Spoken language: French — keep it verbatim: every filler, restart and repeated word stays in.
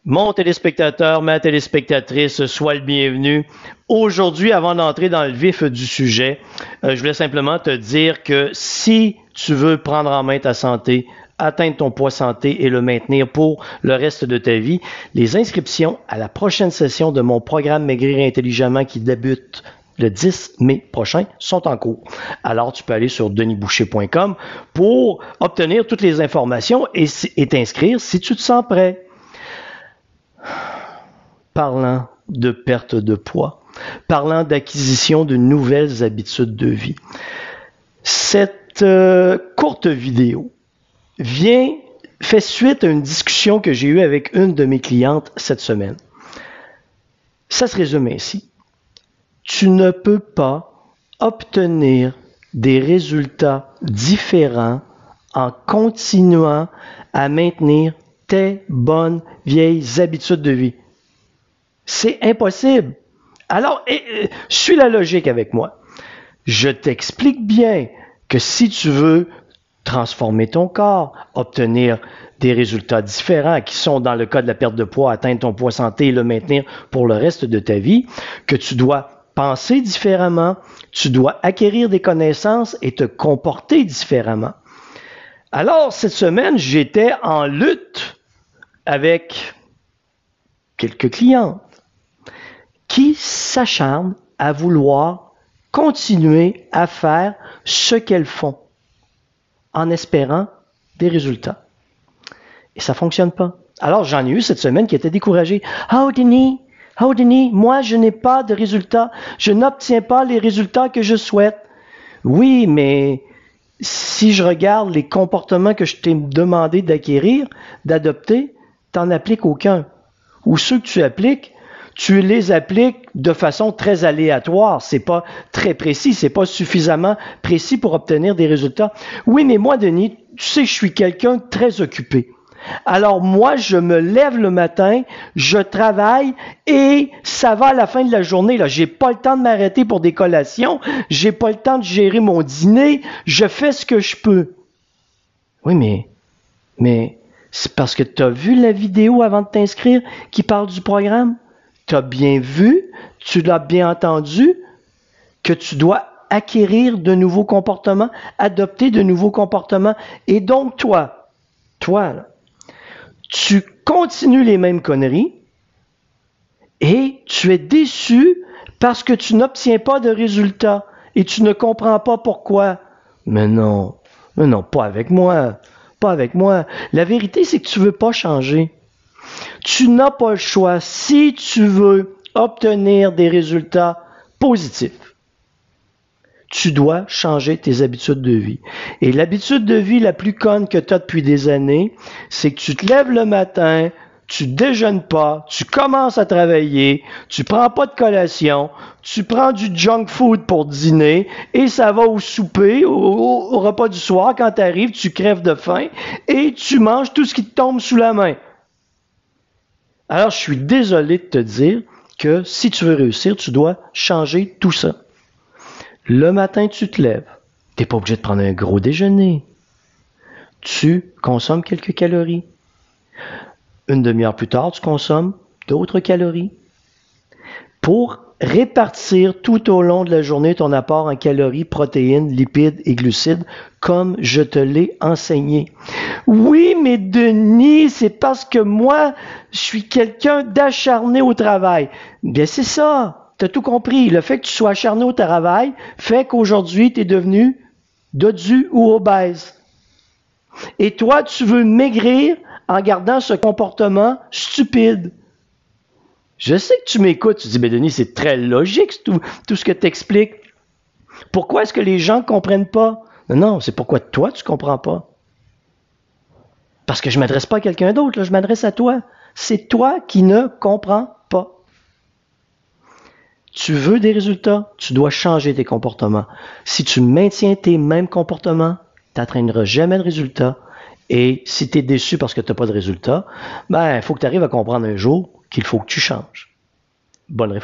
Mon téléspectateur, ma téléspectatrice, sois le bienvenu. Aujourd'hui, avant d'entrer dans le vif du sujet, euh, je voulais simplement te dire que si tu veux prendre en main ta santé, atteindre ton poids santé et le maintenir pour le reste de ta vie, les inscriptions à la prochaine session de mon programme Maigrir intelligemment qui débute le dix mai prochain sont en cours. Alors, tu peux aller sur denis boucher point com pour obtenir toutes les informations et, et t'inscrire si tu te sens prêt. Parlant de perte de poids, parlant d'acquisition de nouvelles habitudes de vie, cette euh, courte vidéo vient, fait suite à une discussion que j'ai eue avec une de mes clientes cette semaine. Ça se résume ainsi. Tu ne peux pas obtenir des résultats différents en continuant à maintenir tes bonnes vieilles habitudes de vie. C'est impossible. Alors, et, et, suis la logique avec moi. Je t'explique bien que si tu veux transformer ton corps, obtenir des résultats différents qui sont, dans le cas de la perte de poids, atteindre ton poids santé et le maintenir pour le reste de ta vie, que tu dois penser différemment, tu dois acquérir des connaissances et te comporter différemment. Alors, cette semaine, j'étais en lutte avec quelques clients qui s'acharnent à vouloir continuer à faire ce qu'elles font en espérant des résultats. Et ça ne fonctionne pas. Alors, j'en ai eu cette semaine qui étaient découragés. « Oh, Denis, oh, Denis, moi, je n'ai pas de résultats. Je n'obtiens pas les résultats que je souhaite. » Oui, mais si je regarde les comportements que je t'ai demandé d'acquérir, d'adopter, tu n'en appliques aucun. Ou ceux que tu appliques, tu les appliques de façon très aléatoire. C'est pas très précis, c'est pas suffisamment précis pour obtenir des résultats. Oui, mais moi, Denis, tu sais, je suis quelqu'un de très occupé. Alors moi, je me lève le matin, je travaille et ça va à la fin de la journée. Là, j'ai pas le temps de m'arrêter pour des collations, j'ai pas le temps de gérer mon dîner, je fais ce que je peux. Oui, mais, mais c'est parce que tu as vu la vidéo avant de t'inscrire qui parle du programme? Tu as bien vu, tu l'as bien entendu, que tu dois acquérir de nouveaux comportements, adopter de nouveaux comportements. Et donc, toi, toi, là, tu continues les mêmes conneries et tu es déçu parce que tu n'obtiens pas de résultats et tu ne comprends pas pourquoi. Mais non, mais non, pas avec moi, pas avec moi. La vérité, c'est que tu ne veux pas changer. Tu n'as pas le choix si tu veux obtenir des résultats positifs. Tu dois changer tes habitudes de vie. Et l'habitude de vie la plus conne que tu as depuis des années, c'est que tu te lèves le matin, tu déjeunes pas, tu commences à travailler, tu prends pas de collation, tu prends du junk food pour dîner et ça va au souper, au, au, au repas du soir. Quand tu arrives, tu crèves de faim et tu manges tout ce qui te tombe sous la main. Alors, je suis désolé de te dire que si tu veux réussir, tu dois changer tout ça. Le matin, tu te lèves. Tu n'es pas obligé de prendre un gros déjeuner. Tu consommes quelques calories. Une demi-heure plus tard, tu consommes d'autres calories. Pour répartir tout au long de la journée ton apport en calories, protéines, lipides et glucides, comme je te l'ai enseigné. Oui, mais Denis, c'est parce que moi, je suis quelqu'un d'acharné au travail. Bien, c'est ça. Tu as tout compris. Le fait que tu sois acharné au travail fait qu'aujourd'hui, tu es devenu dodu ou obèse. Et toi, tu veux maigrir en gardant ce comportement stupide. Je sais que tu m'écoutes, tu dis, mais Denis, c'est très logique tout, tout ce que tu expliques. Pourquoi est-ce que les gens ne comprennent pas? Non, non, c'est pourquoi toi, tu ne comprends pas. Parce que je ne m'adresse pas à quelqu'un d'autre, là, je m'adresse à toi. C'est toi qui ne comprends pas. Tu veux des résultats, tu dois changer tes comportements. Si tu maintiens tes mêmes comportements, tu n'atteindras jamais de résultats. Et si tu es déçu parce que tu n'as pas de résultats, ben, il faut que tu arrives à comprendre un jour qu'il faut que tu changes. Bonne réflexion.